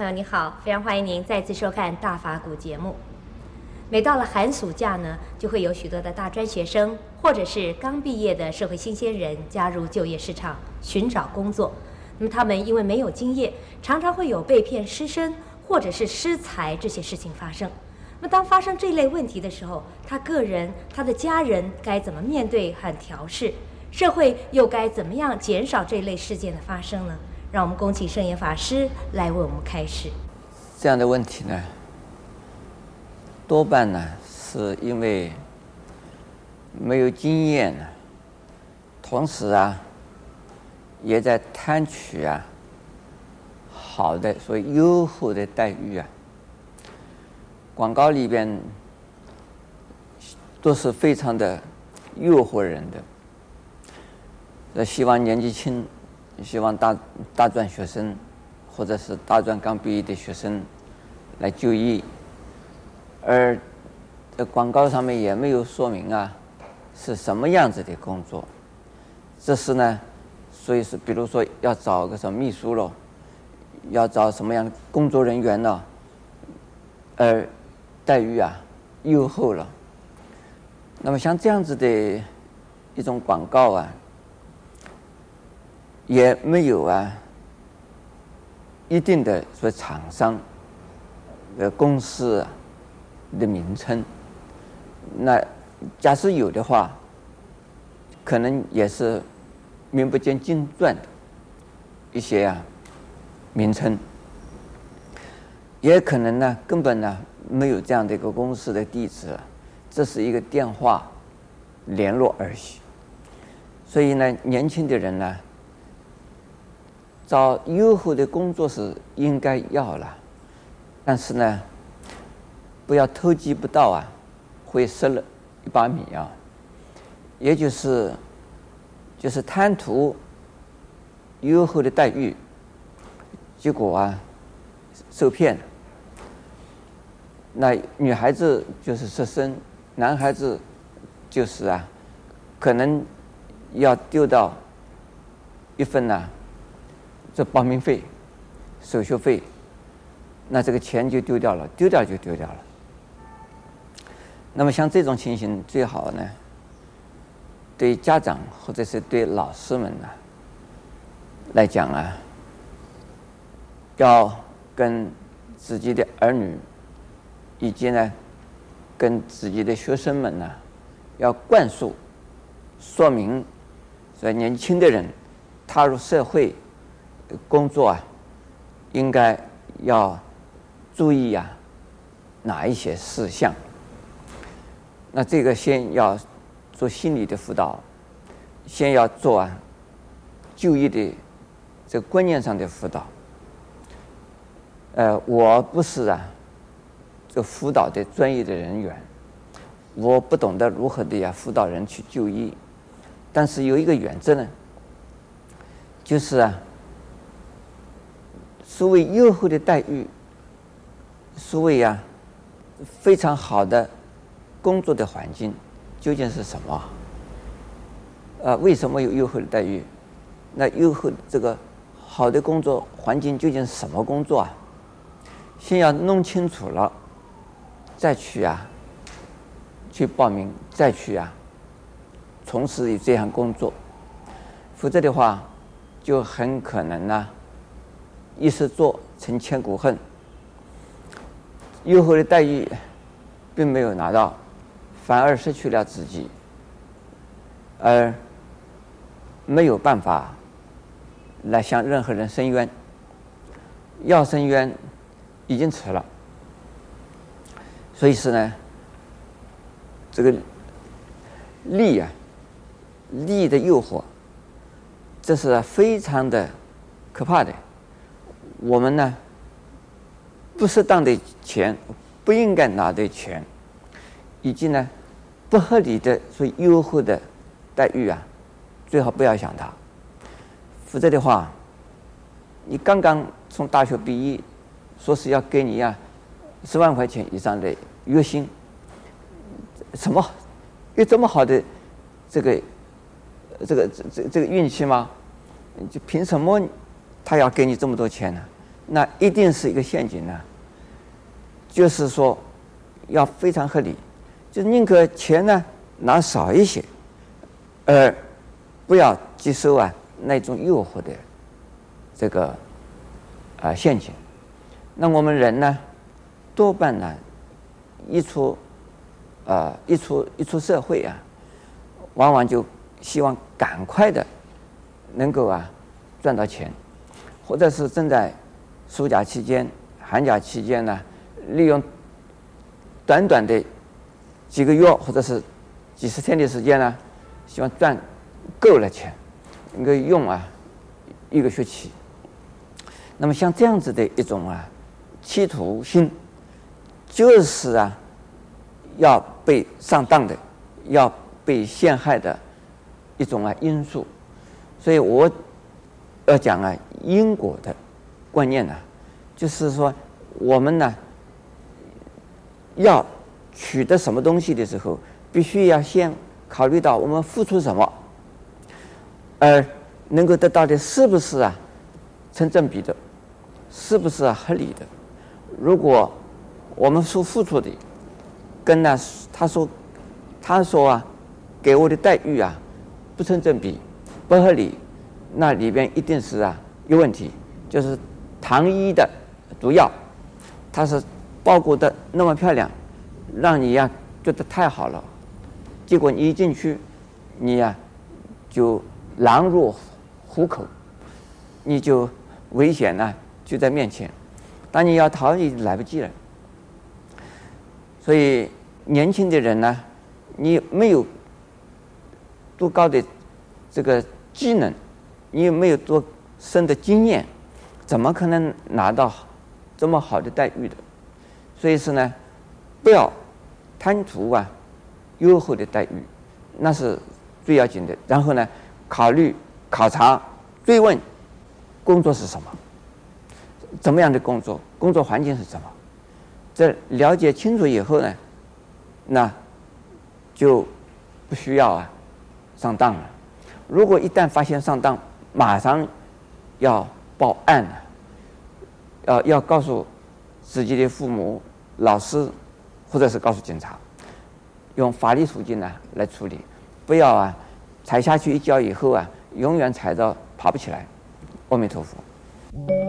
朋友你好，非常欢迎您再次收看大法古节目。每到了寒暑假呢，就会有许多的大专学生或者是刚毕业的社会新鲜人加入就业市场寻找工作。那么他们因为没有经验，常常会有被骗失身或者是失财这些事情发生。那么当发生这类问题的时候，他个人、他的家人该怎么面对和调试？社会又该怎么样减少这类事件的发生呢？让我们恭请圣严法师来为我们开示。 这样的问题呢，多半呢是因为没有经验呢，同时啊，也在贪取啊好的所谓优厚的待遇啊。广告里边都是非常的诱惑人的，希望年纪轻，希望大专学生或者是大专刚毕业的学生来就业，而广告上面也没有说明啊是什么样子的工作。这是呢，所以是比如说要找个什么秘书咯，要找什么样的工作人员呢，而待遇啊优厚了。那么像这样子的一种广告啊，也没有啊一定的说厂商公司的名称。那假使有的话，可能也是名不见经传的一些名称，也可能呢根本呢没有这样的一个公司的地址，这是一个电话联络而已。所以呢，年轻的人呢，找优厚的工作是应该要了，但是呢，不要偷鸡不到啊，会失了一把米啊。也就是贪图优厚的待遇，结果啊受骗了。那女孩子就是失身，男孩子就是可能要丢到一份这报名费、手续费，那这个钱就丢掉了，丢掉就丢掉了。那么像这种情形，最好呢，对家长或者是对老师们来讲要跟自己的儿女以及呢跟自己的学生们要灌输说明，所以年轻的人踏入社会工作应该要注意哪一些事项。那这个先要做心理的辅导，先要做就业的这个观念上的辅导。我不是这辅导的专业的人员，我不懂得如何的辅导人去就业，但是有一个原则呢，就是所谓优厚的待遇，所谓非常好的工作的环境究竟是什么？为什么有优厚的待遇？那优厚这个好的工作环境究竟是什么工作啊？先要弄清楚了，再去去报名，再去从事这项工作，否则的话，就很可能一时做成千古恨。优厚的待遇并没有拿到，反而失去了自己，而没有办法来向任何人申冤。要申冤已经迟了。所以是呢，这个利的诱惑，这是非常的可怕的。我们呢，不适当的钱，不应该拿的钱，以及呢不合理的所以优厚的待遇最好不要想它。否则的话，你刚刚从大学毕业，说是要给你10万块钱以上的月薪，什么有这么好的这个运气吗？就凭什么他要给你这么多钱呢？ 那一定是一个陷阱呢。就是说，要非常合理，就宁可钱呢拿少一些，而不要接受那种诱惑的这个陷阱。那我们人呢，多半呢一出社会往往就希望赶快的能够赚到钱，或者是正在暑假期间、寒假期间呢，利用短短的几个月或者是几十天的时间呢，希望赚够了钱，能够用一个学期。那么像这样子的一种企图心，就是要被上当的，要被陷害的一种因素。所以我要讲因果的观念就是说我们呢要取得什么东西的时候，必须要先考虑到我们付出什么，而能够得到的是不是成正比的，是不是合理的。如果我们所付出的跟他说给我的待遇不成正比，不合理，那里边一定是有问题。就是糖衣的毒药，它是包裹的那么漂亮，让你觉得太好了，结果你一进去，你就狼入虎口，你就危险就在面前，当你要逃已经来不及了。所以年轻的人呢，你没有多高的这个技能，你也没有多深的经验，怎么可能拿到这么好的待遇的？所以是呢，不要贪图优厚的待遇，那是最要紧的。然后呢，考察、追问工作是什么，怎么样的工作，工作环境是什么。这了解清楚以后呢，那就不需要上当了。如果一旦发现上当，马上要报案了，要告诉自己的父母、老师，或者是告诉警察，用法律途径来处理，不要踩下去一脚以后永远踩到爬不起来。阿弥陀佛。